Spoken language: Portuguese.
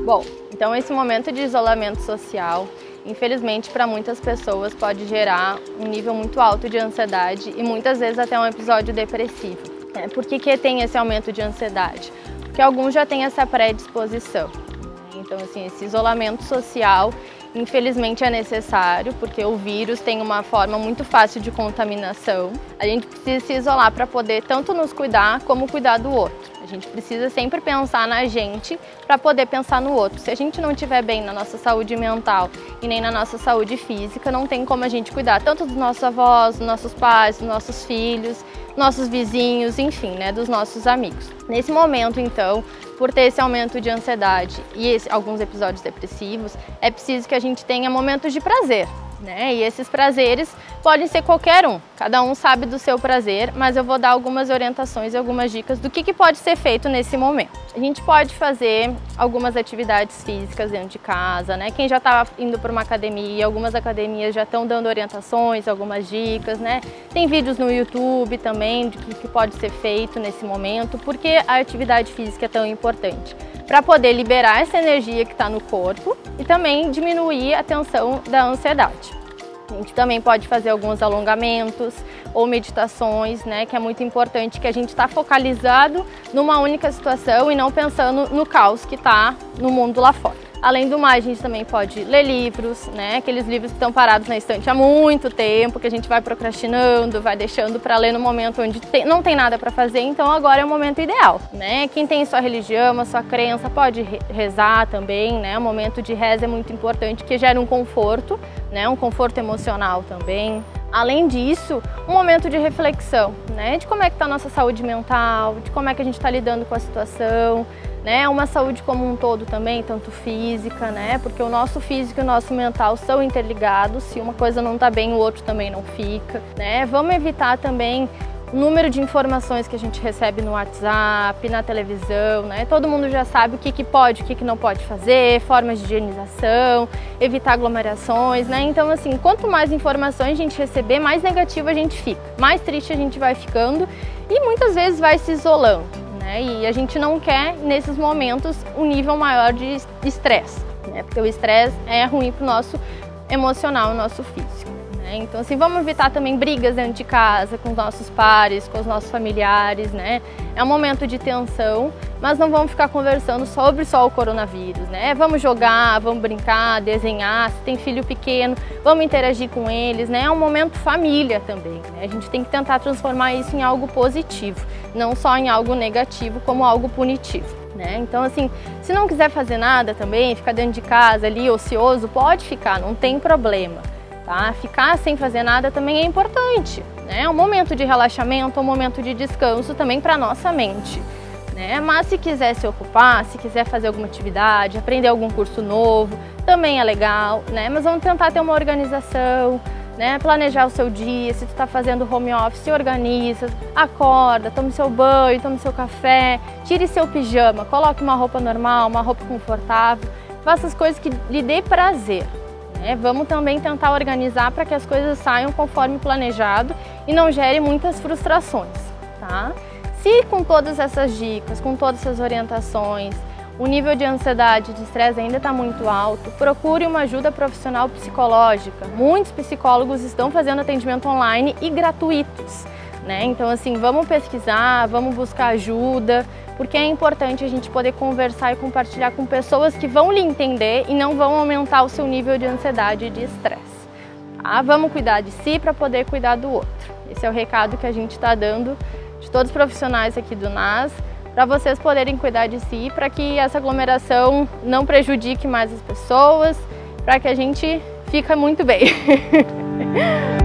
Bom, então esse momento de isolamento social, infelizmente para muitas pessoas pode gerar um nível muito alto de ansiedade e muitas vezes até um episódio depressivo. Por que tem esse aumento de ansiedade? Porque alguns já têm essa predisposição. Então, assim, esse isolamento social, infelizmente, é necessário, porque o vírus tem uma forma muito fácil de contaminação. A gente precisa se isolar para poder tanto nos cuidar como cuidar do outro. A gente precisa sempre pensar na gente para poder pensar no outro. Se a gente não estiver bem na nossa saúde mental e nem na nossa saúde física, não tem como a gente cuidar tanto dos nossos avós, dos nossos pais, dos nossos filhos, nossos vizinhos, enfim, né, dos nossos amigos. Nesse momento, então, por ter esse aumento de ansiedade e alguns episódios depressivos, é preciso que a gente tenha momentos de prazer, né? E esses prazeres podem ser qualquer um, cada um sabe do seu prazer, mas eu vou dar algumas orientações e algumas dicas do que pode ser feito nesse momento. A gente pode fazer algumas atividades físicas dentro de casa, né? Quem já está indo para uma academia, algumas academias já estão dando orientações, algumas dicas, né? Tem vídeos no YouTube também de que pode ser feito nesse momento, porque a atividade física é tão importante para poder liberar essa energia que está no corpo e também diminuir a tensão da ansiedade. A gente também pode fazer alguns alongamentos ou meditações, né, que é muito importante que a gente está focalizado numa única situação e não pensando no caos que está no mundo lá fora. Além do mais, a gente também pode ler livros, né, aqueles livros que estão parados na estante há muito tempo, que a gente vai procrastinando, vai deixando para ler no momento onde não tem nada para fazer, então agora é o momento ideal, né? Quem tem sua religião, a sua crença, pode rezar também, né? O momento de reza é muito importante, que gera um conforto, né, um conforto emocional também. Além disso, um momento de reflexão, né, de como é que está a nossa saúde mental, de como é que a gente está lidando com a situação, né, uma saúde como um todo também, tanto física, né, porque o nosso físico e o nosso mental são interligados, se uma coisa não está bem, o outro também não fica, né. Vamos evitar também o número de informações que a gente recebe no WhatsApp, na televisão, né? Todo mundo já sabe o que pode, o que não pode fazer, formas de higienização, evitar aglomerações, né? Então, assim, quanto mais informações a gente receber, mais negativo a gente fica, mais triste a gente vai ficando e muitas vezes vai se isolando, né? E a gente não quer, nesses momentos, um nível maior de estresse, né? Porque o estresse é ruim para o nosso emocional, o nosso físico. Então, assim, vamos evitar também brigas dentro de casa com os nossos pares, com os nossos familiares, né? É um momento de tensão, mas não vamos ficar conversando sobre só o coronavírus, né? Vamos jogar, vamos brincar, desenhar, se tem filho pequeno, vamos interagir com eles, né? É um momento família também, né? A gente tem que tentar transformar isso em algo positivo, não só em algo negativo, como algo punitivo. Então, assim, se não quiser fazer nada também, ficar dentro de casa ali, ocioso, pode ficar, não tem problema. Tá? Ficar sem fazer nada também é importante, né? É um momento de relaxamento, um momento de descanso também para a nossa mente, né? Mas se quiser se ocupar, se quiser fazer alguma atividade, aprender algum curso novo, também é legal, né? Mas vamos tentar ter uma organização, né? Planejar o seu dia, se tu está fazendo home office, se organiza, acorda, tome seu banho, tome seu café, tire seu pijama, coloque uma roupa normal, uma roupa confortável, faça as coisas que lhe dê prazer. Vamos também tentar organizar para que as coisas saiam conforme planejado e não gere muitas frustrações, tá? Se com todas essas dicas, com todas essas orientações, o nível de ansiedade e de estresse ainda está muito alto, procure uma ajuda profissional psicológica. Muitos psicólogos estão fazendo atendimento online e gratuitos, né? Então, assim, vamos pesquisar, vamos buscar ajuda, porque é importante a gente poder conversar e compartilhar com pessoas que vão lhe entender e não vão aumentar o seu nível de ansiedade e de estresse. Tá? Vamos cuidar de si para poder cuidar do outro. Esse é o recado que a gente está dando de todos os profissionais aqui do NAS, para vocês poderem cuidar de si, para que essa aglomeração não prejudique mais as pessoas, para que a gente fique muito bem.